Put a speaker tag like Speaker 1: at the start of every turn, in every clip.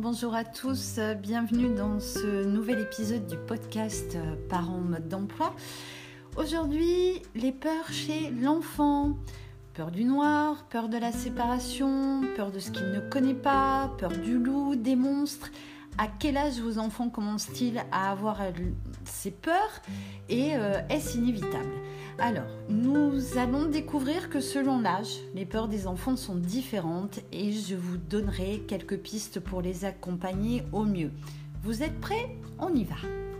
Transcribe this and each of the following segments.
Speaker 1: bonjour à tous, bienvenue dans ce nouvel épisode du podcast Parents en mode d'emploi. Aujourd'hui, les peurs chez l'enfant. Peur du noir, peur de la séparation, peur de ce qu'il ne connaît pas, peur du loup, des monstres. À quel âge vos enfants commencent-ils à avoir ces peurs et est-ce inévitable ? Alors, nous allons découvrir que selon l'âge, les peurs des enfants sont différentes et je vous donnerai quelques pistes pour les accompagner au mieux. Vous êtes prêts ? On y va.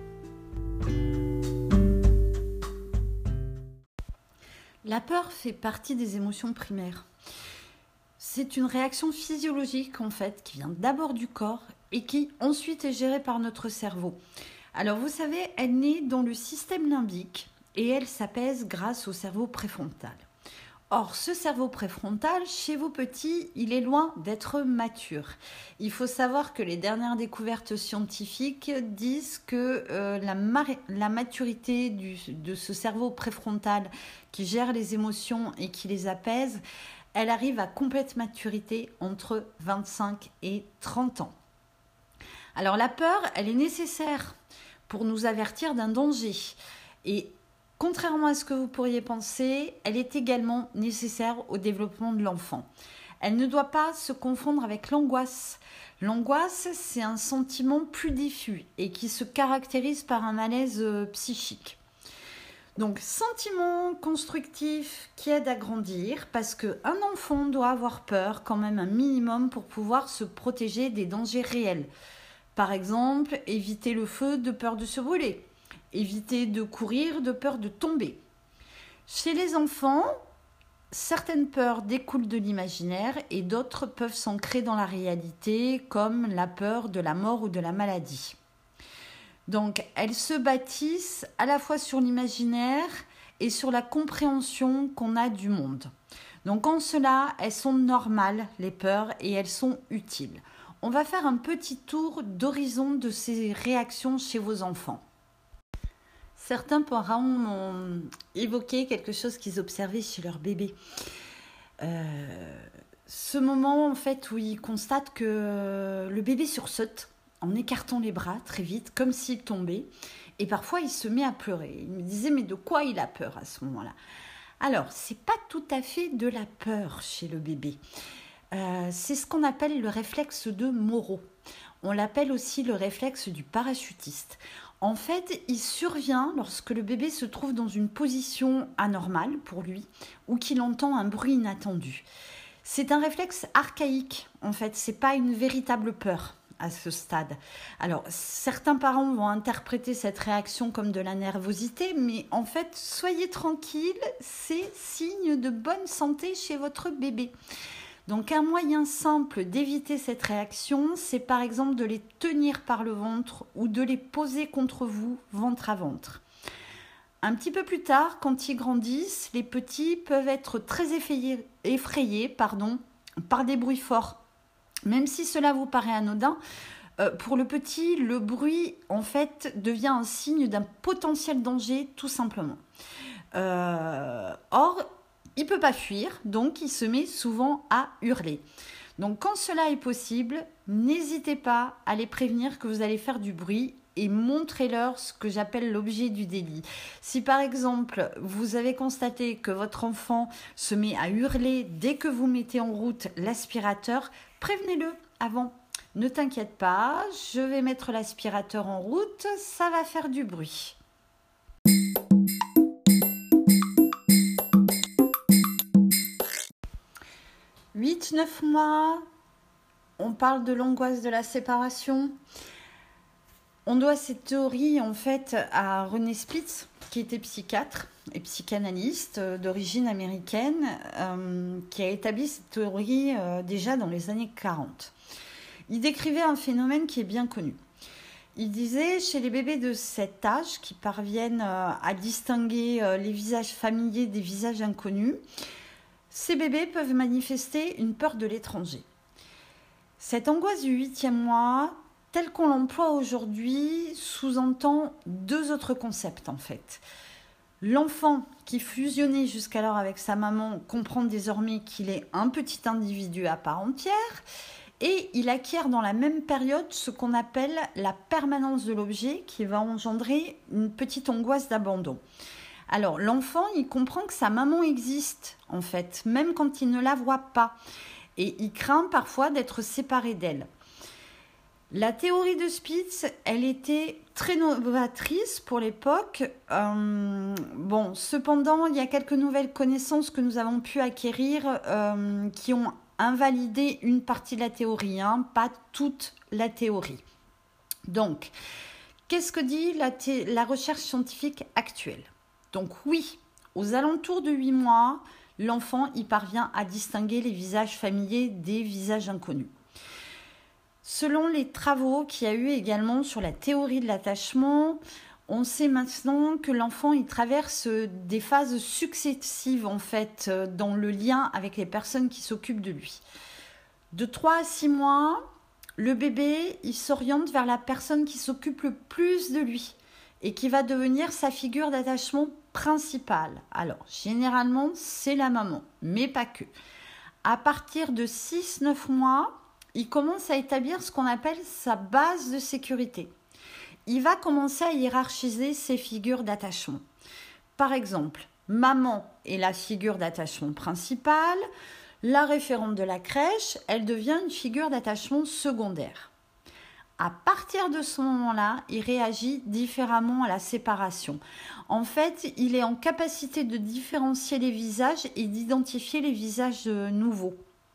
Speaker 1: La peur fait partie des émotions primaires. C'est une réaction physiologique en fait qui vient d'abord du corps et qui ensuite est gérée par notre cerveau. Alors vous savez, elle naît dans le système limbique et elle s'apaise grâce au cerveau préfrontal. Or, ce cerveau préfrontal, chez vos petits, il est loin d'être mature. Il faut savoir que les dernières découvertes scientifiques disent que la maturité de ce cerveau préfrontal qui gère les émotions et qui les apaise, elle arrive à complète maturité entre 25 et 30 ans. Alors la peur, elle est nécessaire pour nous avertir d'un danger. Et contrairement à ce que vous pourriez penser, elle est également nécessaire au développement de l'enfant. Elle ne doit pas se confondre avec l'angoisse. L'angoisse, c'est un sentiment plus diffus et qui se caractérise par un malaise psychique. Donc, sentiment constructif qui aide à grandir parce qu'un enfant doit avoir peur quand même un minimum pour pouvoir se protéger des dangers réels. Par exemple, éviter le feu de peur de se brûler. Éviter de courir de peur de tomber. Chez les enfants, certaines peurs découlent de l'imaginaire et d'autres peuvent s'ancrer dans la réalité, comme la peur de la mort ou de la maladie. Donc, elles se bâtissent à la fois sur l'imaginaire et sur la compréhension qu'on a du monde. Donc, en cela, elles sont normales, les peurs, et elles sont utiles. On va faire un petit tour d'horizon de ces réactions chez vos enfants. Certains parents m'ont évoqué quelque chose qu'ils observaient chez leur bébé. Ce moment en fait où ils constatent que le bébé sursaute en écartant les bras très vite, comme s'il tombait. Et parfois, il se met à pleurer. Il me disait, mais de quoi il a peur à ce moment-là ? Alors, c'est pas tout à fait de la peur chez le bébé. C'est ce qu'on appelle le réflexe de Moro. On l'appelle aussi le réflexe du parachutiste. En fait, il survient lorsque le bébé se trouve dans une position anormale pour lui ou qu'il entend un bruit inattendu. C'est un réflexe archaïque, en fait, c'est pas une véritable peur à ce stade. Alors, certains parents vont interpréter cette réaction comme de la nervosité, mais en fait, soyez tranquille, c'est signe de bonne santé chez votre bébé. Donc, un moyen simple d'éviter cette réaction, c'est par exemple de les tenir par le ventre ou de les poser contre vous, ventre à ventre. Un petit peu plus tard, quand ils grandissent, les petits peuvent être très effrayés par des bruits forts. Même si cela vous paraît anodin, pour le petit, le bruit en fait devient un signe d'un potentiel danger tout simplement. Or, il ne peut pas fuir, donc il se met souvent à hurler. Donc quand cela est possible, n'hésitez pas à les prévenir que vous allez faire du bruit et montrez-leur ce que j'appelle l'objet du délit. Si par exemple, vous avez constaté que votre enfant se met à hurler dès que vous mettez en route l'aspirateur, prévenez-le avant. Ne t'inquiète pas, je vais mettre l'aspirateur en route, ça va faire du bruit. « 8-9 mois, on parle de l'angoisse de la séparation. On doit cette théorie en fait à René Spitz, qui était psychiatre et psychanalyste d'origine américaine, qui a établi cette théorie déjà dans les années 40. Il décrivait un phénomène qui est bien connu. Il disait, chez les bébés de cet âge qui parviennent à distinguer les visages familiers des visages inconnus, ces bébés peuvent manifester une peur de l'étranger. Cette angoisse du 8e mois, telle qu'on l'emploie aujourd'hui, sous-entend deux autres concepts en fait. L'enfant qui fusionnait jusqu'alors avec sa maman comprend désormais qu'il est un petit individu à part entière et il acquiert dans la même période ce qu'on appelle la permanence de l'objet qui va engendrer une petite angoisse d'abandon. Alors l'enfant, il comprend que sa maman existe en fait, même quand il ne la voit pas, et il craint parfois d'être séparé d'elle. La théorie de Spitz, elle était très novatrice pour l'époque. Cependant, il y a quelques nouvelles connaissances que nous avons pu acquérir qui ont invalidé une partie de la théorie, pas toute la théorie. Donc, qu'est-ce que dit la recherche scientifique actuelle ? Donc oui, aux alentours de 8 mois, l'enfant y parvient à distinguer les visages familiers des visages inconnus. Selon les travaux qu'il y a eu également sur la théorie de l'attachement, on sait maintenant que l'enfant il traverse des phases successives en fait dans le lien avec les personnes qui s'occupent de lui. De 3 à 6 mois, le bébé il s'oriente vers la personne qui s'occupe le plus de lui et qui va devenir sa figure d'attachement principale. Alors, généralement, c'est la maman, mais pas que. À partir de 6-9 mois, il commence à établir ce qu'on appelle sa base de sécurité. Il va commencer à hiérarchiser ses figures d'attachement. Par exemple, maman est la figure d'attachement principale, la référente de la crèche, elle devient une figure d'attachement secondaire. À partir de ce moment-là, il réagit différemment à la séparation. En fait, il est en capacité de différencier les visages et d'identifier les visages nouveaux.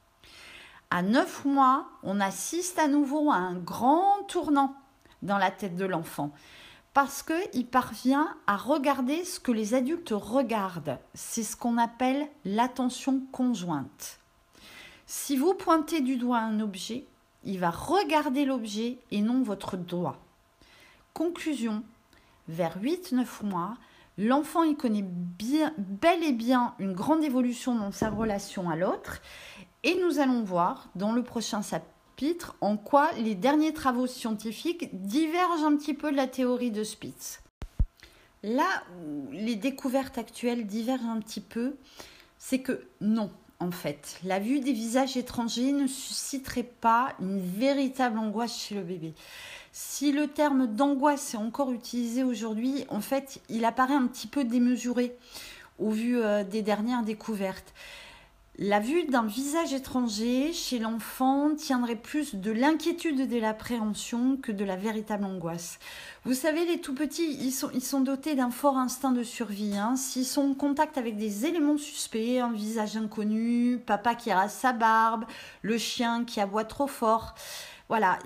Speaker 1: À 9 mois, on assiste à nouveau à un grand tournant dans la tête de l'enfant parce qu'il parvient à regarder ce que les adultes regardent. C'est ce qu'on appelle l'attention conjointe. Si vous pointez du doigt un objet, il va regarder l'objet et non votre doigt. Conclusion, vers 8-9 mois, l'enfant il connaît bel et bien une grande évolution dans sa relation à l'autre. Et nous allons voir dans le prochain chapitre en quoi les derniers travaux scientifiques divergent un petit peu de la théorie de Spitz. Là où les découvertes actuelles divergent un petit peu, c'est que non, en fait, la vue des visages étrangers ne susciterait pas une véritable angoisse chez le bébé. Si le terme d'angoisse est encore utilisé aujourd'hui, en fait, il apparaît un petit peu démesuré au vu des dernières découvertes. La vue d'un visage étranger chez l'enfant tiendrait plus de l'inquiétude et de l'appréhension que de la véritable angoisse. Vous savez, les tout-petits, ils sont dotés d'un fort instinct de survie. S'ils sont en contact avec des éléments suspects, un visage inconnu, papa qui rase sa barbe, le chien qui aboie trop fort, voilà,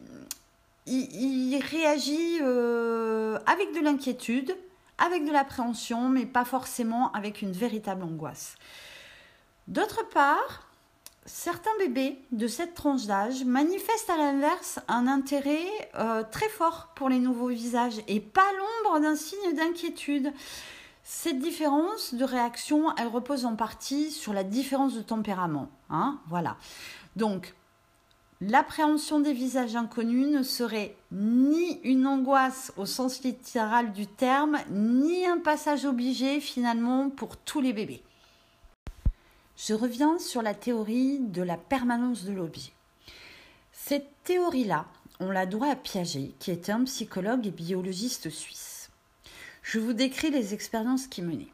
Speaker 1: il réagit avec de l'inquiétude, avec de l'appréhension, mais pas forcément avec une véritable angoisse. D'autre part, certains bébés de cette tranche d'âge manifestent à l'inverse un intérêt très fort pour les nouveaux visages et pas l'ombre d'un signe d'inquiétude. Cette différence de réaction, elle repose en partie sur la différence de tempérament. Voilà. Donc, l'appréhension des visages inconnus ne serait ni une angoisse au sens littéral du terme, ni un passage obligé finalement pour tous les bébés. Je reviens sur la théorie de la permanence de l'objet. Cette théorie-là, on la doit à Piaget, qui était un psychologue et biologiste suisse. Je vous décris les expériences qu'il menait.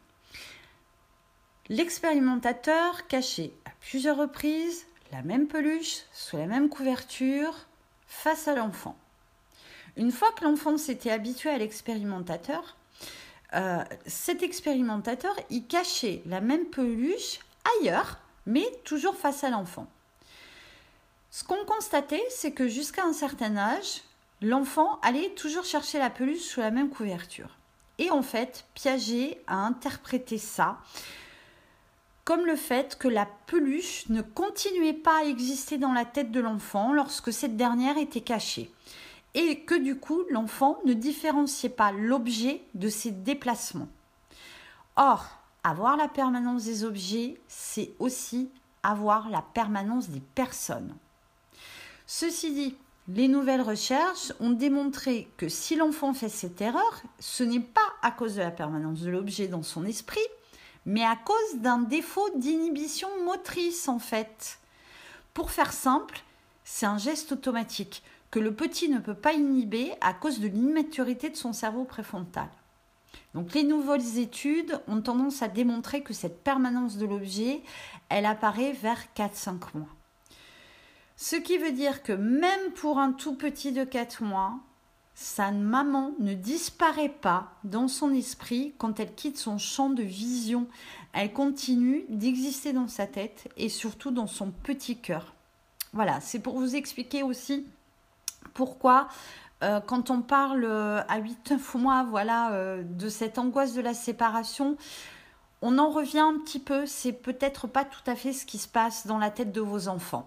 Speaker 1: L'expérimentateur cachait à plusieurs reprises la même peluche sous la même couverture face à l'enfant. Une fois que l'enfant s'était habitué à l'expérimentateur, cet expérimentateur, il cachait la même peluche ailleurs, mais toujours face à l'enfant. Ce qu'on constatait, c'est que jusqu'à un certain âge, l'enfant allait toujours chercher la peluche sous la même couverture. Et en fait, Piaget a interprété ça comme le fait que la peluche ne continuait pas à exister dans la tête de l'enfant lorsque cette dernière était cachée. Et que du coup, l'enfant ne différenciait pas l'objet de ses déplacements. Or, avoir la permanence des objets, c'est aussi avoir la permanence des personnes. Ceci dit, les nouvelles recherches ont démontré que si l'enfant fait cette erreur, ce n'est pas à cause de la permanence de l'objet dans son esprit, mais à cause d'un défaut d'inhibition motrice en fait. Pour faire simple, C'est un geste automatique que le petit ne peut pas inhiber à cause de l'immaturité de son cerveau préfrontal. Donc les nouvelles études ont tendance à démontrer que cette permanence de l'objet, elle apparaît vers 4-5 mois. Ce qui veut dire que même pour un tout petit de 4 mois, sa maman ne disparaît pas dans son esprit quand elle quitte son champ de vision. Elle continue d'exister dans sa tête et surtout dans son petit cœur. Voilà, c'est pour vous expliquer aussi pourquoi quand on parle à 8-9 mois de cette angoisse de la séparation, on en revient un petit peu. C'est peut-être pas tout à fait ce qui se passe dans la tête de vos enfants.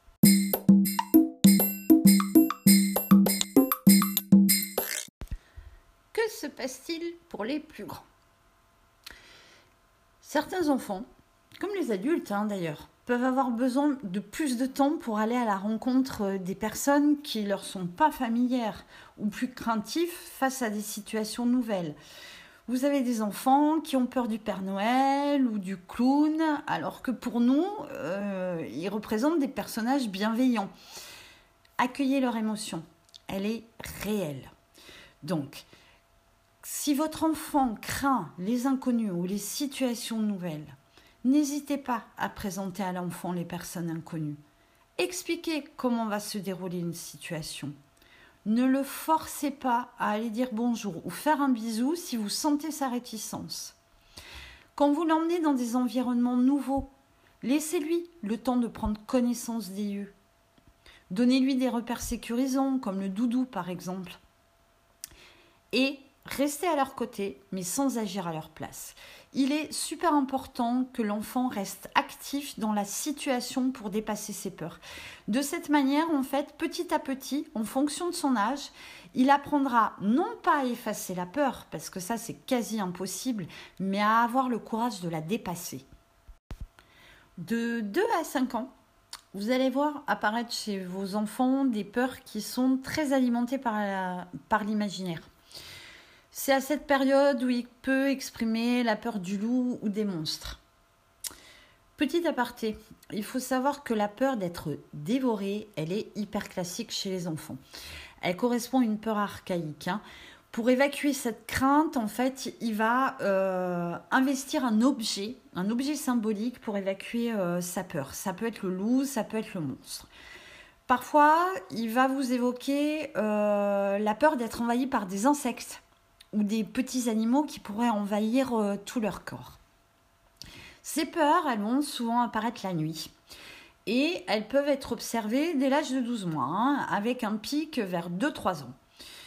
Speaker 1: Que se passe-t-il pour les plus grands ? Certains enfants, comme les adultes d'ailleurs, peuvent avoir besoin de plus de temps pour aller à la rencontre des personnes qui ne leur sont pas familières ou plus craintifs face à des situations nouvelles. Vous avez des enfants qui ont peur du Père Noël ou du clown, alors que pour nous, ils représentent des personnages bienveillants. Accueillez leur émotion, elle est réelle. Donc, si votre enfant craint les inconnus ou les situations nouvelles, n'hésitez pas à présenter à l'enfant les personnes inconnues. Expliquez comment va se dérouler une situation. Ne le forcez pas à aller dire bonjour ou faire un bisou si vous sentez sa réticence. Quand vous l'emmenez dans des environnements nouveaux, laissez-lui le temps de prendre connaissance des lieux. Donnez-lui des repères sécurisants, comme le doudou par exemple. Et restez à leur côté, mais sans agir à leur place. Il est super important que l'enfant reste actif dans la situation pour dépasser ses peurs. De cette manière, en fait, petit à petit, en fonction de son âge, il apprendra non pas à effacer la peur, parce que ça c'est quasi impossible, mais à avoir le courage de la dépasser. De 2 à 5 ans, vous allez voir apparaître chez vos enfants des peurs qui sont très alimentées par l'imaginaire. C'est à cette période où il peut exprimer la peur du loup ou des monstres. Petit aparté, il faut savoir que la peur d'être dévoré, elle est hyper classique chez les enfants. Elle correspond à une peur archaïque. Pour évacuer cette crainte, en fait, il va investir un objet symbolique pour évacuer sa peur. Ça peut être le loup, ça peut être le monstre. Parfois, il va vous évoquer la peur d'être envahi par des insectes ou des petits animaux qui pourraient envahir tout leur corps. Ces peurs, elles vont souvent apparaître la nuit et elles peuvent être observées dès l'âge de 12 mois, avec un pic vers 2-3 ans.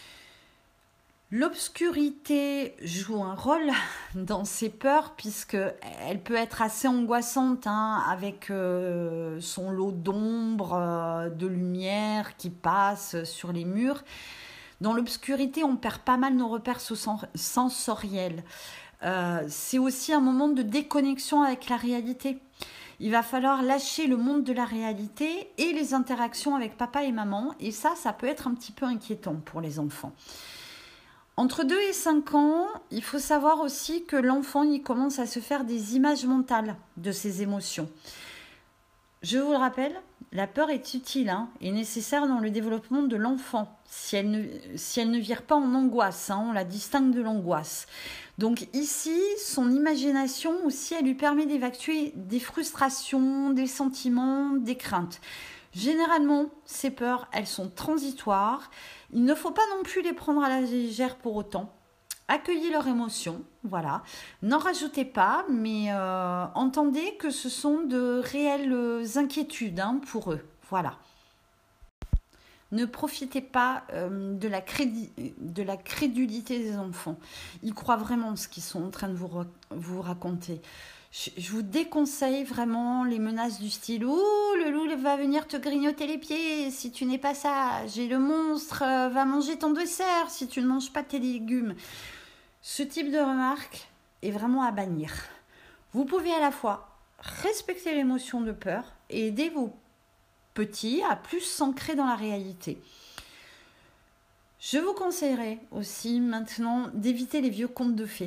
Speaker 1: L'obscurité joue un rôle dans ces peurs puisqu'elle peut être assez angoissante avec son lot d'ombre, de lumière qui passe sur les murs. Dans l'obscurité, on perd pas mal nos repères sensoriels. C'est aussi un moment de déconnexion avec la réalité. Il va falloir lâcher le monde de la réalité et les interactions avec papa et maman. Et ça peut être un petit peu inquiétant pour les enfants. Entre 2 et 5 ans, il faut savoir aussi que l'enfant il commence à se faire des images mentales de ses émotions. Je vous le rappelle, la peur est utile et nécessaire dans le développement de l'enfant, si elle ne vire pas en angoisse, on la distingue de l'angoisse. Donc ici, son imagination aussi, elle lui permet d'évacuer des frustrations, des sentiments, des craintes. Généralement, ces peurs, elles sont transitoires. Il ne faut pas non plus les prendre à la légère pour autant. Accueillez leurs émotions, voilà. N'en rajoutez pas, mais entendez que ce sont de réelles inquiétudes pour eux, voilà. Ne profitez pas de la crédulité des enfants. Ils croient vraiment ce qu'ils sont en train de vous raconter. Je vous déconseille vraiment les menaces du style « Ouh, le loup va venir te grignoter les pieds si tu n'es pas sage et le monstre va manger ton dessert si tu ne manges pas tes légumes. » Ce type de remarque est vraiment à bannir. Vous pouvez à la fois respecter l'émotion de peur et aider vos petits à plus s'ancrer dans la réalité. Je vous conseillerais aussi maintenant d'éviter les vieux contes de fées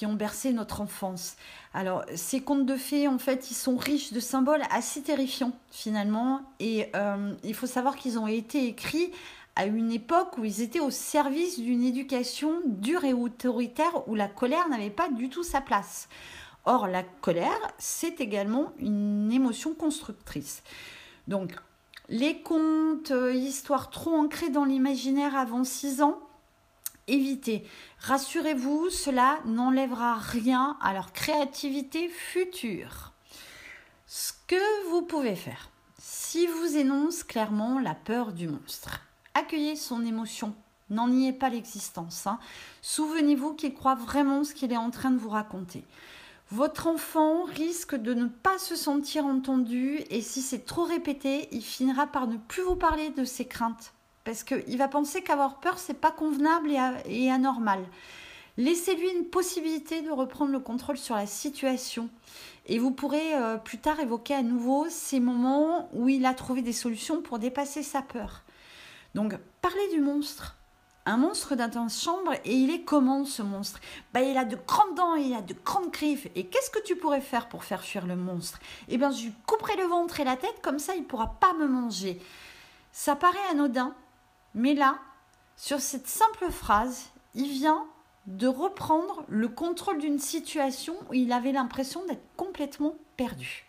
Speaker 1: qui ont bercé notre enfance. Alors, ces contes de fées, en fait, ils sont riches de symboles assez terrifiants, finalement. Et il faut savoir qu'ils ont été écrits à une époque où ils étaient au service d'une éducation dure et autoritaire, où la colère n'avait pas du tout sa place. Or, la colère, c'est également une émotion constructrice. Donc, les contes, histoires trop ancrées dans l'imaginaire avant 6 ans, évitez. Rassurez-vous, cela n'enlèvera rien à leur créativité future. Ce que vous pouvez faire, si vous énonce clairement la peur du monstre, accueillez son émotion, n'en niez pas l'existence. Souvenez-vous qu'il croit vraiment ce qu'il est en train de vous raconter. Votre enfant risque de ne pas se sentir entendu et si c'est trop répété, il finira par ne plus vous parler de ses craintes. Parce qu'il va penser qu'avoir peur, c'est pas convenable et anormal. Laissez-lui une possibilité de reprendre le contrôle sur la situation. Et vous pourrez plus tard évoquer à nouveau ces moments où il a trouvé des solutions pour dépasser sa peur. Donc, parlez du monstre. Un monstre dans ta chambre, et il est comment ce monstre ? Il a de grandes dents, il a de grandes griffes. Et qu'est-ce que tu pourrais faire pour faire fuir le monstre ? Je lui couperai le ventre et la tête, comme ça il ne pourra pas me manger. Ça paraît anodin, mais là, sur cette simple phrase, il vient de reprendre le contrôle d'une situation où il avait l'impression d'être complètement perdu.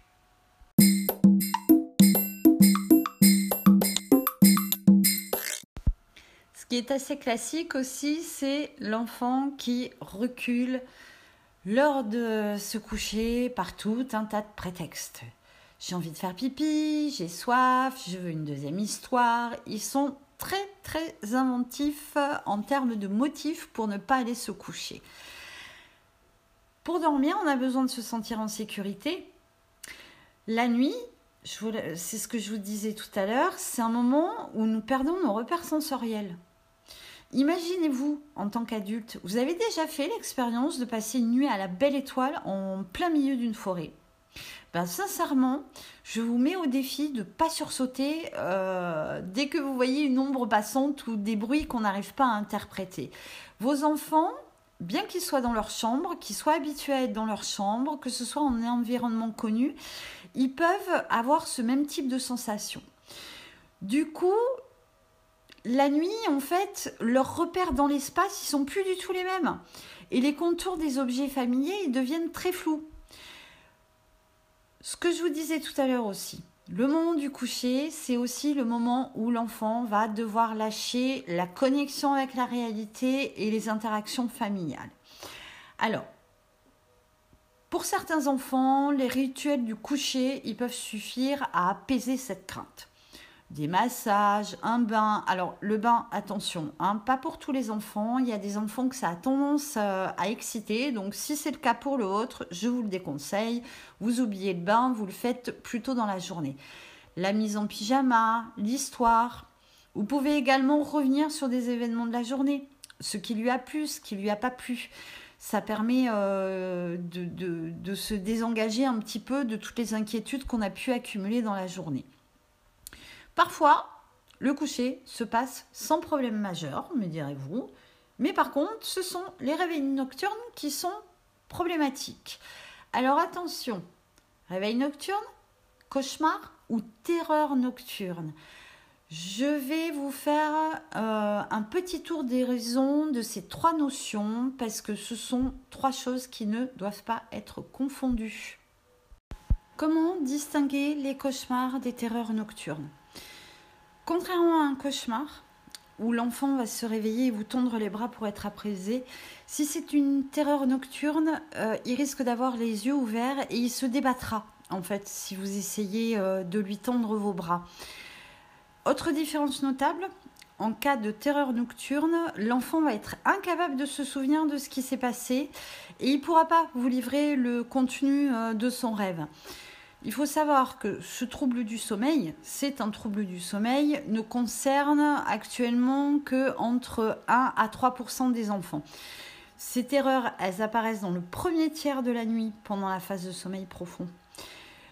Speaker 1: Ce qui est assez classique aussi, c'est l'enfant qui recule lors de se coucher par tout un tas de prétextes. J'ai envie de faire pipi, j'ai soif, je veux une deuxième histoire. Ils sont très très inventifs en termes de motifs pour ne pas aller se coucher. Pour dormir, on a besoin de se sentir en sécurité. La nuit, c'est ce que je vous disais tout à l'heure, c'est un moment où nous perdons nos repères sensoriels. Imaginez-vous, en tant qu'adulte, vous avez déjà fait l'expérience de passer une nuit à la belle étoile en plein milieu d'une forêt. Sincèrement, je vous mets au défi de ne pas sursauter dès que vous voyez une ombre passante ou des bruits qu'on n'arrive pas à interpréter. Vos enfants, bien qu'ils soient dans leur chambre, qu'ils soient habitués à être dans leur chambre, que ce soit en environnement connu, ils peuvent avoir ce même type de sensation. Du coup, la nuit, en fait, leurs repères dans l'espace, ils sont plus du tout les mêmes. Et les contours des objets familiers, ils deviennent très flous. Ce que je vous disais tout à l'heure aussi, le moment du coucher, c'est aussi le moment où l'enfant va devoir lâcher la connexion avec la réalité et les interactions familiales. Alors, pour certains enfants, les rituels du coucher, ils peuvent suffire à apaiser cette crainte. Des massages, un bain. Alors, le bain, attention, pas pour tous les enfants. Il y a des enfants que ça a tendance à exciter. Donc, si c'est le cas pour le autre, je vous le déconseille. Vous oubliez le bain, vous le faites plutôt dans la journée. La mise en pyjama, l'histoire. Vous pouvez également revenir sur des événements de la journée. Ce qui lui a plu, ce qui lui a pas plu. Ça permet de se désengager un petit peu de toutes les inquiétudes qu'on a pu accumuler dans la journée. Parfois, le coucher se passe sans problème majeur, me direz-vous. Mais par contre, ce sont les réveils nocturnes qui sont problématiques. Alors attention, réveil nocturne, cauchemar ou terreur nocturne. Je vais vous faire un petit tour des raisons de ces 3 notions parce que ce sont 3 choses qui ne doivent pas être confondues. Comment distinguer les cauchemars des terreurs nocturnes ? Contrairement à un cauchemar, où l'enfant va se réveiller et vous tendre les bras pour être apaisé, si c'est une terreur nocturne, il risque d'avoir les yeux ouverts et il se débattra, en fait, si vous essayez de lui tendre vos bras. Autre différence notable, en cas de terreur nocturne, l'enfant va être incapable de se souvenir de ce qui s'est passé et il ne pourra pas vous livrer le contenu de son rêve. Il faut savoir que ce trouble du sommeil, c'est un trouble du sommeil, ne concerne actuellement qu'entre 1 à 3% des enfants. Ces terreurs, elles apparaissent dans le premier tiers de la nuit, pendant la phase de sommeil profond.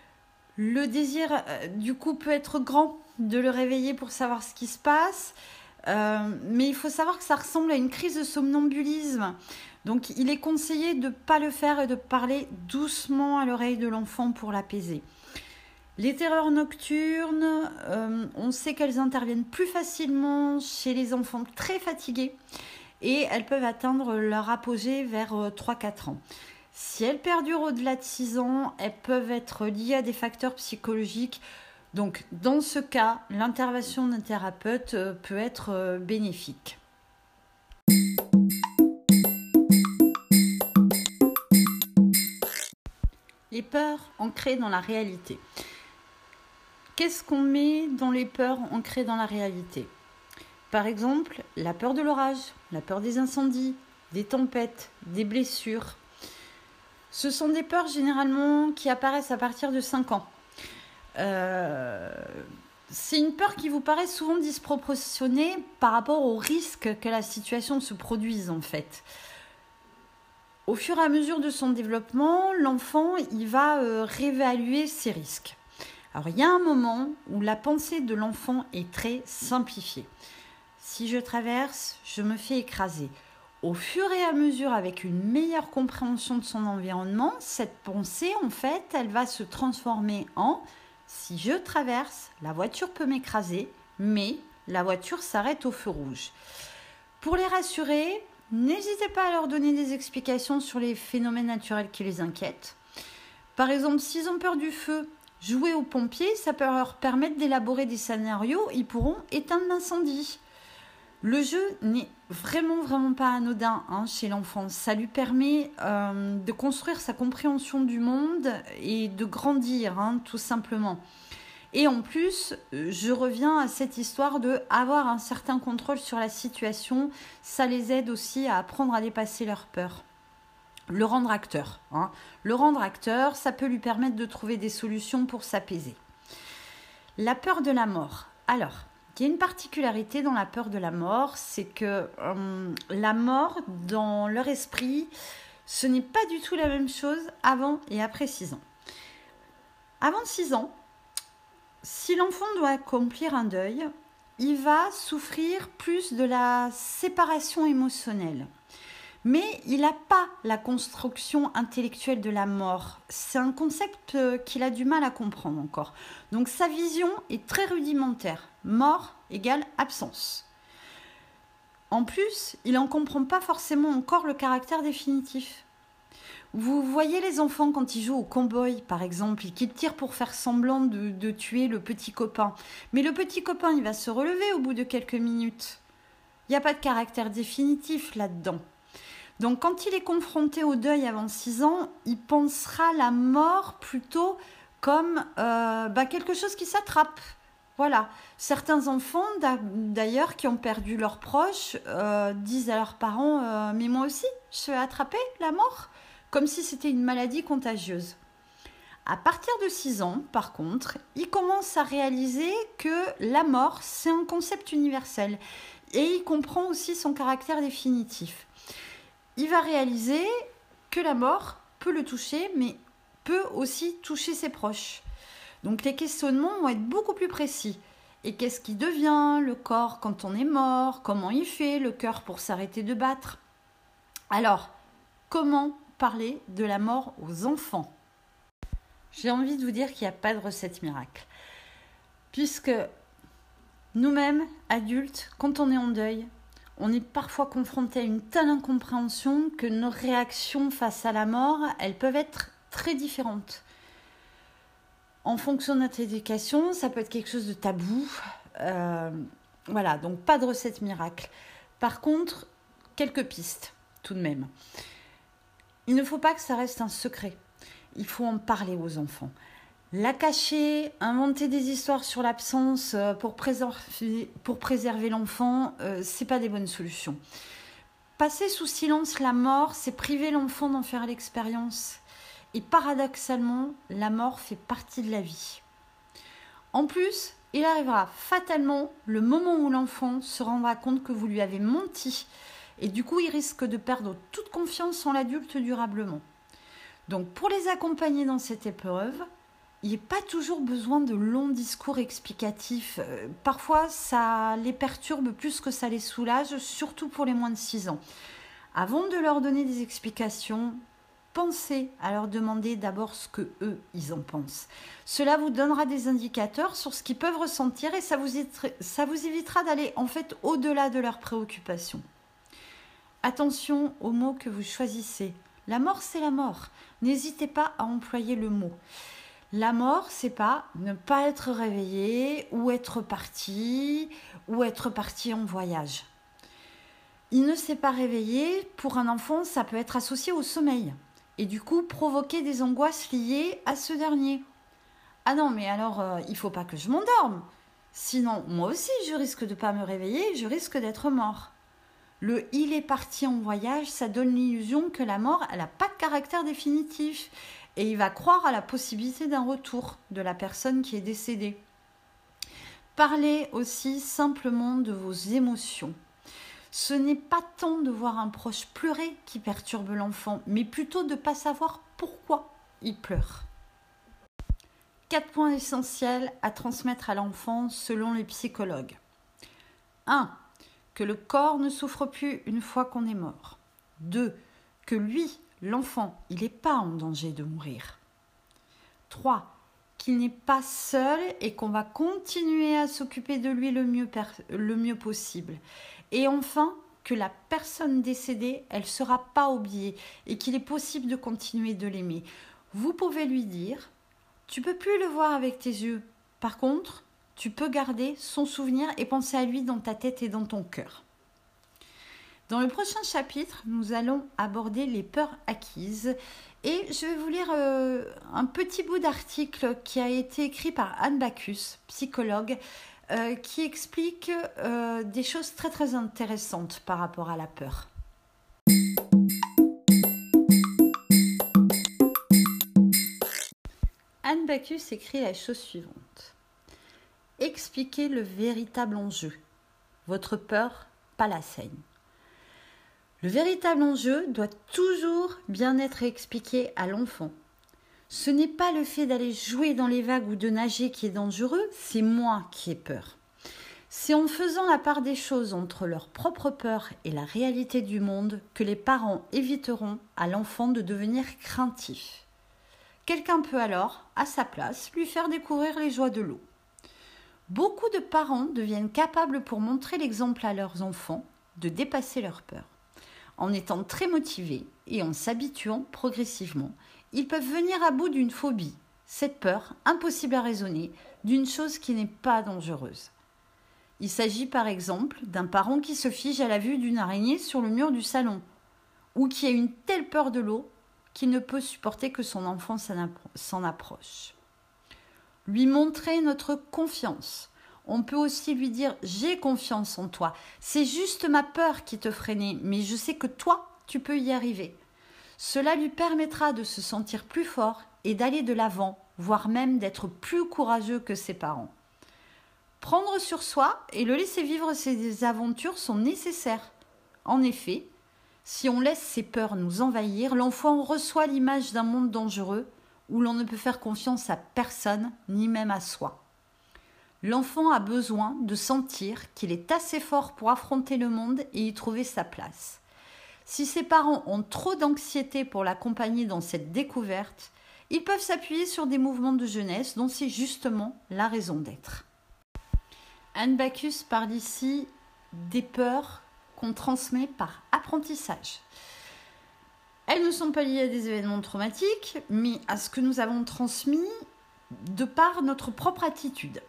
Speaker 1: Le désir, du coup, peut être grand de le réveiller pour savoir ce qui se passe. Mais il faut savoir que ça ressemble à une crise de somnambulisme. Donc il est conseillé de ne pas le faire et de parler doucement à l'oreille de l'enfant pour l'apaiser. Les terreurs nocturnes, on sait qu'elles interviennent plus facilement chez les enfants très fatigués et elles peuvent atteindre leur apogée vers 3-4 ans. Si elles perdurent au-delà de 6 ans, elles peuvent être liées à des facteurs psychologiques. Donc, dans ce cas, l'intervention d'un thérapeute peut être bénéfique. Les peurs ancrées dans la réalité. Qu'est-ce qu'on met dans les peurs ancrées dans la réalité ? Par exemple, la peur de l'orage, la peur des incendies, des tempêtes, des blessures. Ce sont des peurs généralement qui apparaissent à partir de 5 ans. C'est une peur qui vous paraît souvent disproportionnée par rapport au risque que la situation se produise en fait. Au fur et à mesure de son développement, l'enfant il va réévaluer ses risques. Alors il y a un moment où la pensée de l'enfant est très simplifiée. Si je traverse, je me fais écraser. Au fur et à mesure, avec une meilleure compréhension de son environnement, cette pensée, en fait, elle va se transformer en « si je traverse, la voiture peut m'écraser, mais la voiture s'arrête au feu rouge ». Pour les rassurer, n'hésitez pas à leur donner des explications sur les phénomènes naturels qui les inquiètent. Par exemple, s'ils ont peur du feu, jouer aux pompiers, ça peut leur permettre d'élaborer des scénarios, ils pourront éteindre l'incendie. Le jeu n'est vraiment pas anodin chez l'enfant. Ça lui permet de construire sa compréhension du monde et de grandir, tout simplement. Et en plus, je reviens à cette histoire d'avoir un certain contrôle sur la situation. Ça les aide aussi à apprendre à dépasser leur peur. Le rendre acteur. Le rendre acteur, ça peut lui permettre de trouver des solutions pour s'apaiser. La peur de la mort. Alors, il y a une particularité dans la peur de la mort, c'est que la mort, dans leur esprit, ce n'est pas du tout la même chose avant et après 6 ans. Avant 6 ans, si l'enfant doit accomplir un deuil, il va souffrir plus de la séparation émotionnelle. Mais il n'a pas la construction intellectuelle de la mort. C'est un concept qu'il a du mal à comprendre encore. Donc sa vision est très rudimentaire. Mort égale absence. En plus, il n'en comprend pas forcément encore le caractère définitif. Vous voyez les enfants quand ils jouent au cow-boy, par exemple, et qu'ils tirent pour faire semblant de tuer le petit copain. Mais le petit copain, il va se relever au bout de quelques minutes. Il n'y a pas de caractère définitif là-dedans. Donc quand il est confronté au deuil avant 6 ans, il pensera la mort plutôt comme quelque chose qui s'attrape. Voilà. Certains enfants, d'ailleurs, qui ont perdu leurs proches, disent à leurs parents « Mais moi aussi, je vais attraper la mort », comme si c'était une maladie contagieuse. À partir de 6 ans, par contre, il commence à réaliser que la mort, c'est un concept universel. Et il comprend aussi son caractère définitif. Il va réaliser que la mort peut le toucher, mais peut aussi toucher ses proches. Donc les questionnements vont être beaucoup plus précis. Et qu'est-ce qui devient le corps quand on est mort ? Comment il fait le cœur pour s'arrêter de battre ? Alors, comment parler de la mort aux enfants ? J'ai envie de vous dire qu'il n'y a pas de recette miracle. Puisque nous-mêmes, adultes, quand on est en deuil, on est parfois confronté à une telle incompréhension que nos réactions face à la mort, elles peuvent être très différentes. En fonction de notre éducation, ça peut être quelque chose de tabou. Voilà, donc pas de recette miracle. Par contre, quelques pistes tout de même. Il ne faut pas que ça reste un secret. Il faut en parler aux enfants. La cacher, inventer des histoires sur l'absence pour préserver l'enfant, c'est pas des bonnes solutions. Passer sous silence la mort, c'est priver l'enfant d'en faire l'expérience. Et paradoxalement, la mort fait partie de la vie. En plus, il arrivera fatalement le moment où l'enfant se rendra compte que vous lui avez menti. Et du coup, il risque de perdre toute confiance en l'adulte durablement. Donc, pour les accompagner dans cette épreuve, il n'y a pas toujours besoin de longs discours explicatifs. Parfois, ça les perturbe plus que ça les soulage, surtout pour les moins de 6 ans. Avant de leur donner des explications, pensez à leur demander d'abord ce que eux, ils en pensent. Cela vous donnera des indicateurs sur ce qu'ils peuvent ressentir et ça vous évitera d'aller en fait au-delà de leurs préoccupations. Attention aux mots que vous choisissez. La mort, c'est la mort. N'hésitez pas à employer le mot. La mort, c'est pas ne pas être réveillé ou être parti en voyage. Il ne s'est pas réveillé, pour un enfant, ça peut être associé au sommeil et du coup provoquer des angoisses liées à ce dernier. Ah non, mais alors, il faut pas que je m'endorme. Sinon, moi aussi, je risque de pas me réveiller, je risque d'être mort. Le « il est parti en voyage », ça donne l'illusion que la mort, elle n'a pas de caractère définitif. Et il va croire à la possibilité d'un retour de la personne qui est décédée. Parlez aussi simplement de vos émotions. Ce n'est pas tant de voir un proche pleurer qui perturbe l'enfant, mais plutôt de ne pas savoir pourquoi il pleure. 4 points essentiels à transmettre à l'enfant selon les psychologues. 1. Que le corps ne souffre plus une fois qu'on est mort. 2. Que lui, l'enfant, il n'est pas en danger de mourir. 3. Qu'il n'est pas seul et qu'on va continuer à s'occuper de lui le mieux possible. Et enfin, que la personne décédée, elle ne sera pas oubliée et qu'il est possible de continuer de l'aimer. Vous pouvez lui dire, tu ne peux plus le voir avec tes yeux. Par contre, tu peux garder son souvenir et penser à lui dans ta tête et dans ton cœur. Dans le prochain chapitre, nous allons aborder les peurs acquises et je vais vous lire un petit bout d'article qui a été écrit par Anne Bacchus, psychologue, qui explique des choses très très intéressantes par rapport à la peur. Anne Bacchus écrit la chose suivante. Expliquez le véritable enjeu. Votre peur, pas la scène. Le véritable enjeu doit toujours bien être expliqué à l'enfant. Ce n'est pas le fait d'aller jouer dans les vagues ou de nager qui est dangereux, c'est moi qui ai peur. C'est en faisant la part des choses entre leur propre peur et la réalité du monde que les parents éviteront à l'enfant de devenir craintif. Quelqu'un peut alors, à sa place, lui faire découvrir les joies de l'eau. Beaucoup de parents deviennent capables pour montrer l'exemple à leurs enfants de dépasser leur peur. En étant très motivés et en s'habituant progressivement, ils peuvent venir à bout d'une phobie, cette peur impossible à raisonner, d'une chose qui n'est pas dangereuse. Il s'agit par exemple d'un parent qui se fige à la vue d'une araignée sur le mur du salon, ou qui a une telle peur de l'eau qu'il ne peut supporter que son enfant s'en approche. Lui montrer notre confiance. On peut aussi lui dire « j'ai confiance en toi, c'est juste ma peur qui te freinait, mais je sais que toi, tu peux y arriver ». Cela lui permettra de se sentir plus fort et d'aller de l'avant, voire même d'être plus courageux que ses parents. Prendre sur soi et le laisser vivre ses aventures sont nécessaires. En effet, si on laisse ses peurs nous envahir, l'enfant reçoit l'image d'un monde dangereux où l'on ne peut faire confiance à personne, ni même à soi. L'enfant a besoin de sentir qu'il est assez fort pour affronter le monde et y trouver sa place. Si ses parents ont trop d'anxiété pour l'accompagner dans cette découverte, ils peuvent s'appuyer sur des mouvements de jeunesse dont c'est justement la raison d'être. Anne Bacchus parle ici des peurs qu'on transmet par apprentissage. Elles ne sont pas liées à des événements traumatiques, mais à ce que nous avons transmis de par notre propre attitude.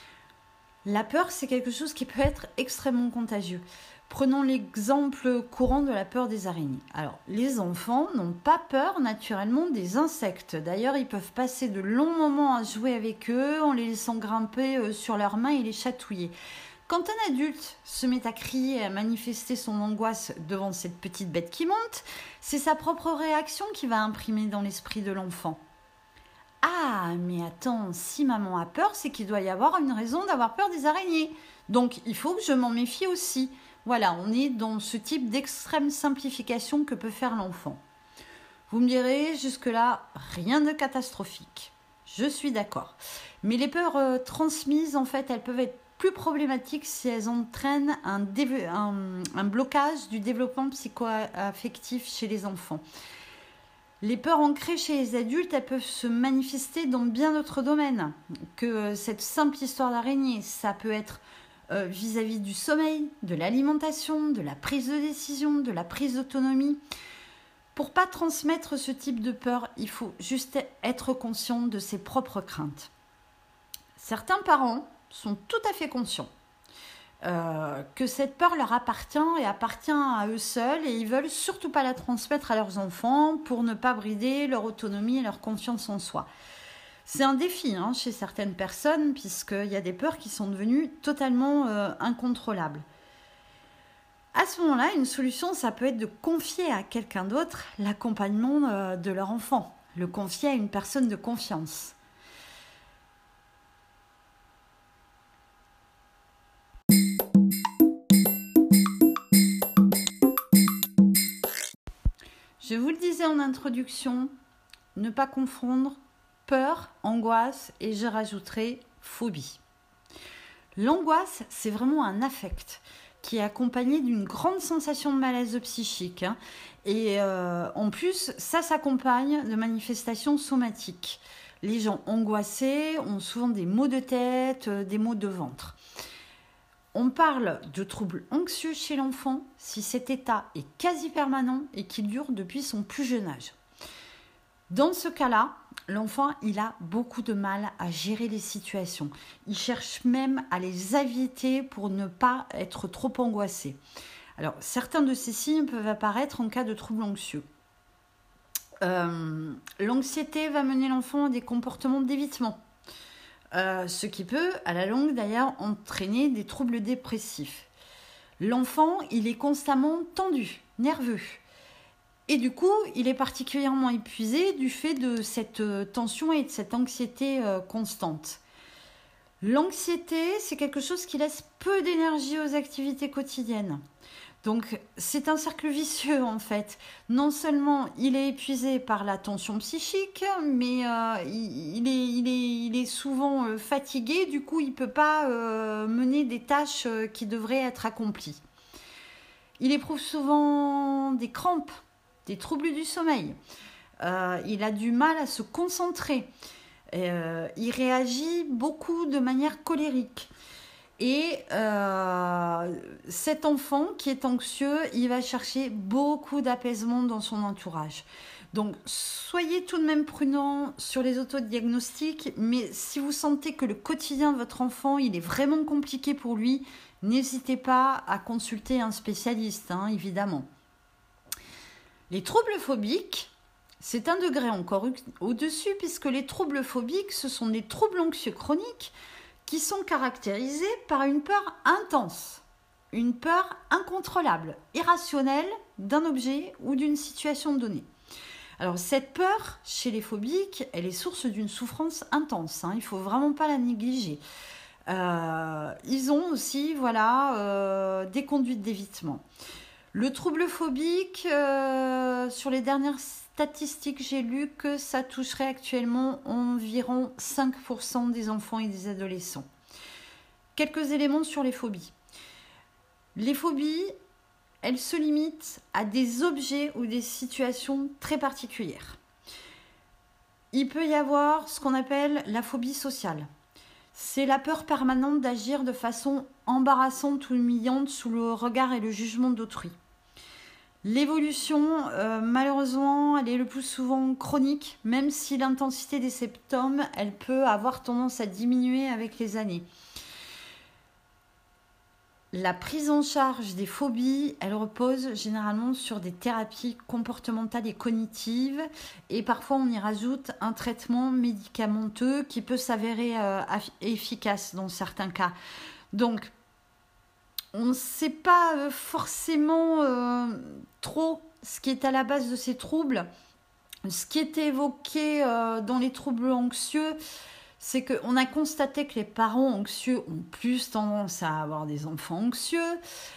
Speaker 1: La peur, c'est quelque chose qui peut être extrêmement contagieux. Prenons l'exemple courant de la peur des araignées. Alors, les enfants n'ont pas peur naturellement des insectes. D'ailleurs, ils peuvent passer de longs moments à jouer avec eux en les laissant grimper sur leurs mains et les chatouiller. Quand un adulte se met à crier et à manifester son angoisse devant cette petite bête qui monte, c'est sa propre réaction qui va imprimer dans l'esprit de l'enfant. Ah, mais attends, si maman a peur, c'est qu'il doit y avoir une raison d'avoir peur des araignées. Donc, il faut que je m'en méfie aussi. Voilà, on est dans ce type d'extrême simplification que peut faire l'enfant. Vous me direz, jusque-là, rien de catastrophique. je suis d'accord. Mais les peurs transmises, en fait, elles peuvent être plus problématiques si elles entraînent un blocage du développement psycho-affectif chez les enfants. Les peurs ancrées chez les adultes, elles peuvent se manifester dans bien d'autres domaines que cette simple histoire d'araignée. Ça peut être vis-à-vis du sommeil, de l'alimentation, de la prise de décision, de la prise d'autonomie. Pour pas transmettre ce type de peur, il faut juste être conscient de ses propres craintes. Certains parents sont tout à fait conscients que cette peur leur appartient et appartient à eux seuls et ils veulent surtout pas la transmettre à leurs enfants pour ne pas brider leur autonomie et leur confiance en soi. C'est un défi chez certaines personnes puisqu'il y a des peurs qui sont devenues totalement incontrôlables. À ce moment-là, une solution, ça peut être de confier à quelqu'un d'autre l'accompagnement de leur enfant, le confier à une personne de confiance. Je vous le disais en introduction, ne pas confondre peur, angoisse et je rajouterai phobie. L'angoisse, c'est vraiment un affect qui est accompagné d'une grande sensation de malaise psychique. Et en plus, ça s'accompagne de manifestations somatiques. Les gens angoissés ont souvent des maux de tête, des maux de ventre. On parle de troubles anxieux chez l'enfant si cet état est quasi permanent et qu'il dure depuis son plus jeune âge. Dans ce cas-là, l'enfant, il a beaucoup de mal à gérer les situations. Il cherche même à les éviter pour ne pas être trop angoissé. Alors, certains de ces signes peuvent apparaître en cas de troubles anxieux. L'anxiété va mener l'enfant à des comportements d'évitement. Ce qui peut, à la longue d'ailleurs, entraîner des troubles dépressifs. L'enfant, il est constamment tendu, nerveux. Et du coup, il est particulièrement épuisé du fait de cette tension et de cette anxiété constante. L'anxiété, c'est quelque chose qui laisse peu d'énergie aux activités quotidiennes. Donc, c'est un cercle vicieux en fait. Non seulement il est épuisé par la tension psychique, mais il est souvent fatigué. Du coup, il ne peut pas mener des tâches qui devraient être accomplies. Il éprouve souvent des crampes, des troubles du sommeil. Il a du mal à se concentrer. Il réagit beaucoup de manière colérique. Et cet enfant qui est anxieux, il va chercher beaucoup d'apaisement dans son entourage. Donc, soyez tout de même prudent sur les autodiagnostics, mais si vous sentez que le quotidien de votre enfant, il est vraiment compliqué pour lui, n'hésitez pas à consulter un spécialiste, évidemment. Les troubles phobiques, c'est un degré encore au-dessus, puisque les troubles phobiques, ce sont des troubles anxieux chroniques qui sont caractérisés par une peur intense, une peur incontrôlable, irrationnelle d'un objet ou d'une situation donnée. Alors cette peur, chez les phobiques, elle est source d'une souffrance intense, il ne faut vraiment pas la négliger. Ils ont aussi des conduites d'évitement. Le trouble phobique, sur les dernières statistiques, j'ai lu que ça toucherait actuellement environ 5% des enfants et des adolescents. Quelques éléments sur les phobies. Les phobies, elles se limitent à des objets ou des situations très particulières. Il peut y avoir ce qu'on appelle la phobie sociale. C'est la peur permanente d'agir de façon embarrassante ou humiliante sous le regard et le jugement d'autrui. L'évolution, malheureusement, elle est le plus souvent chronique, même si l'intensité des symptômes, elle peut avoir tendance à diminuer avec les années. La prise en charge des phobies, elle repose généralement sur des thérapies comportementales et cognitives, et parfois on y rajoute un traitement médicamenteux qui peut s'avérer efficace dans certains cas. Donc, on ne sait pas forcément trop ce qui est à la base de ces troubles. Ce qui est évoqué dans les troubles anxieux, c'est qu'on a constaté que les parents anxieux ont plus tendance à avoir des enfants anxieux.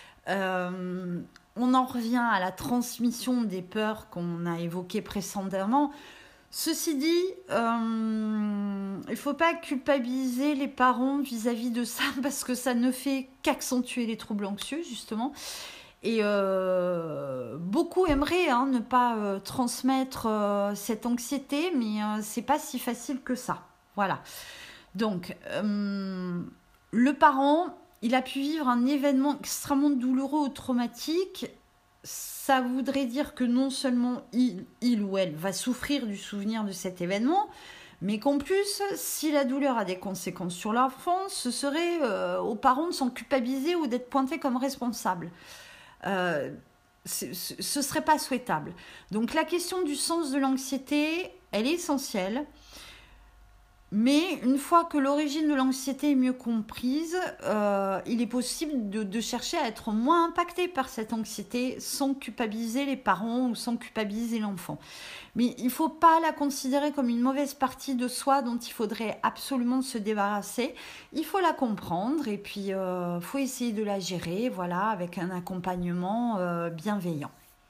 Speaker 1: On en revient à la transmission des peurs qu'on a évoquées précédemment. Ceci dit, il faut pas culpabiliser les parents vis-à-vis de ça parce que ça ne fait qu'accentuer les troubles anxieux justement. Et beaucoup aimeraient ne pas transmettre cette anxiété, mais c'est pas si facile que ça. Voilà. Donc, le parent, il a pu vivre un événement extrêmement douloureux ou traumatique. Ça voudrait dire que non seulement il ou elle va souffrir du souvenir de cet événement, mais qu'en plus, si la douleur a des conséquences sur l'enfant, ce serait aux parents de s'en culpabiliser ou d'être pointés comme responsables. Ce ne serait pas souhaitable. Donc la question du sens de l'anxiété, elle est essentielle. Mais une fois que l'origine de l'anxiété est mieux comprise, il est possible de chercher à être moins impacté par cette anxiété sans culpabiliser les parents ou sans culpabiliser l'enfant. Mais il ne faut pas la considérer comme une mauvaise partie de soi dont il faudrait absolument se débarrasser. Il faut la comprendre et puis il faut essayer de la gérer, voilà, avec un accompagnement bienveillant.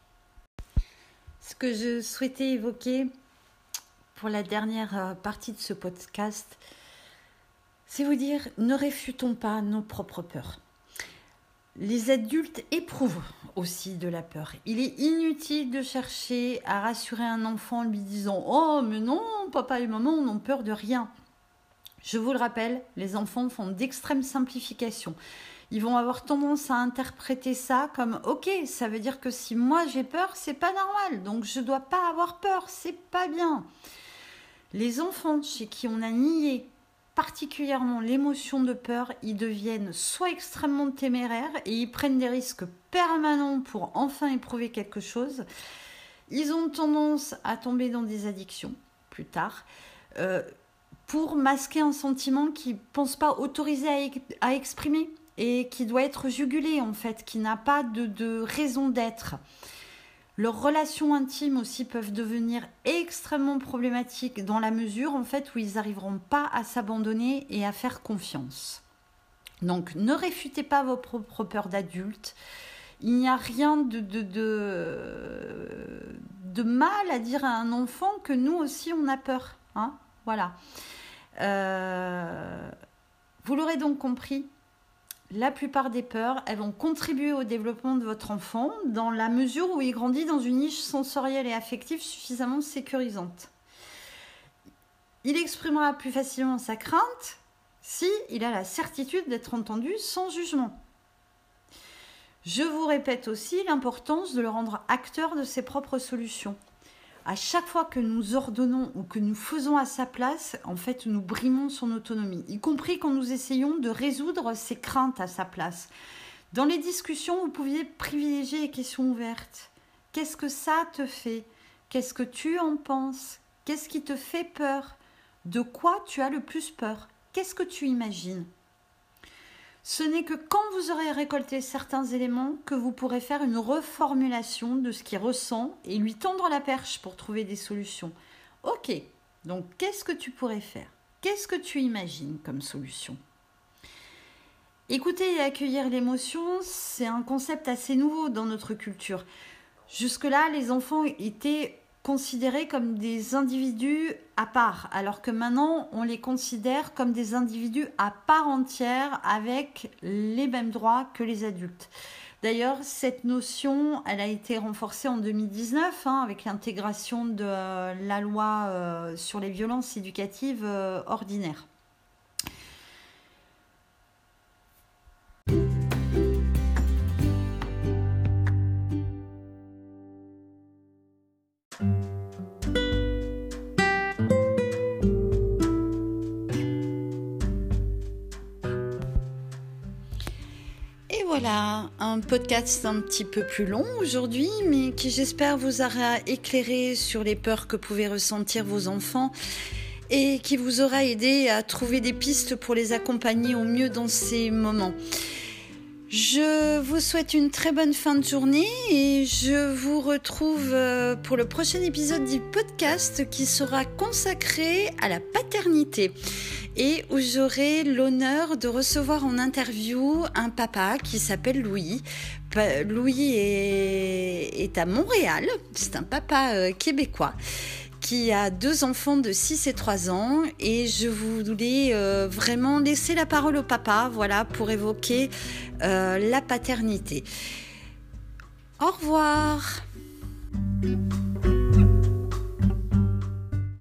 Speaker 1: Ce que je souhaitais évoquer pour la dernière partie de ce podcast, c'est vous dire, ne réfutons pas nos propres peurs. Les adultes éprouvent aussi de la peur. Il est inutile de chercher à rassurer un enfant en lui disant « Oh, mais non, papa et maman n'ont peur de rien ». Je vous le rappelle, les enfants font d'extrêmes simplifications. Ils vont avoir tendance à interpréter ça comme « Ok, ça veut dire que si moi j'ai peur, c'est pas normal, donc je dois pas avoir peur, c'est pas bien ». Les enfants chez qui on a nié particulièrement l'émotion de peur, ils deviennent soit extrêmement téméraires et ils prennent des risques permanents pour enfin éprouver quelque chose. Ils ont tendance à tomber dans des addictions plus tard pour masquer un sentiment qu'ils ne pensent pas autorisé à exprimer et qui doit être jugulé en fait, qui n'a pas de raison d'être. Leurs relations intimes aussi peuvent devenir extrêmement problématiques dans la mesure en fait où ils n'arriveront pas à s'abandonner et à faire confiance. Donc ne réfutez pas vos propres peurs d'adultes. Il n'y a rien de mal à dire à un enfant que nous aussi on a peur. Voilà. Vous l'aurez donc compris. La plupart des peurs, elles vont contribuer au développement de votre enfant dans la mesure où il grandit dans une niche sensorielle et affective suffisamment sécurisante. Il exprimera plus facilement sa crainte s'il a la certitude d'être entendu sans jugement. Je vous répète aussi l'importance de le rendre acteur de ses propres solutions. À chaque fois que nous ordonnons ou que nous faisons à sa place, en fait, nous brimons son autonomie, y compris quand nous essayons de résoudre ses craintes à sa place. Dans les discussions, vous pouviez privilégier les questions ouvertes. Qu'est-ce que ça te fait ? Qu'est-ce que tu en penses ? Qu'est-ce qui te fait peur ? De quoi tu as le plus peur ? Qu'est-ce que tu imagines ? Ce n'est que quand vous aurez récolté certains éléments que vous pourrez faire une reformulation de ce qu'il ressent et lui tendre la perche pour trouver des solutions. Ok, donc qu'est-ce que tu pourrais faire ? Qu'est-ce que tu imagines comme solution ? Écouter et accueillir l'émotion, c'est un concept assez nouveau dans notre culture. Jusque-là, les enfants étaient considérés comme des individus à part, alors que maintenant, on les considère comme des individus à part entière avec les mêmes droits que les adultes. D'ailleurs, cette notion, elle a été renforcée en 2019 avec l'intégration de la loi sur les violences éducatives ordinaires. Voilà, un podcast un petit peu plus long aujourd'hui, mais qui j'espère vous aura éclairé sur les peurs que pouvaient ressentir vos enfants et qui vous aura aidé à trouver des pistes pour les accompagner au mieux dans ces moments. Je vous souhaite une très bonne fin de journée et je vous retrouve pour le prochain épisode du podcast qui sera consacré à la paternité et où j'aurai l'honneur de recevoir en interview un papa qui s'appelle Louis. Louis est à Montréal, c'est un papa québécois qui a 2 enfants de 6 et 3 ans et je voulais vraiment laisser la parole au papa, voilà, pour évoquer la paternité. Au revoir.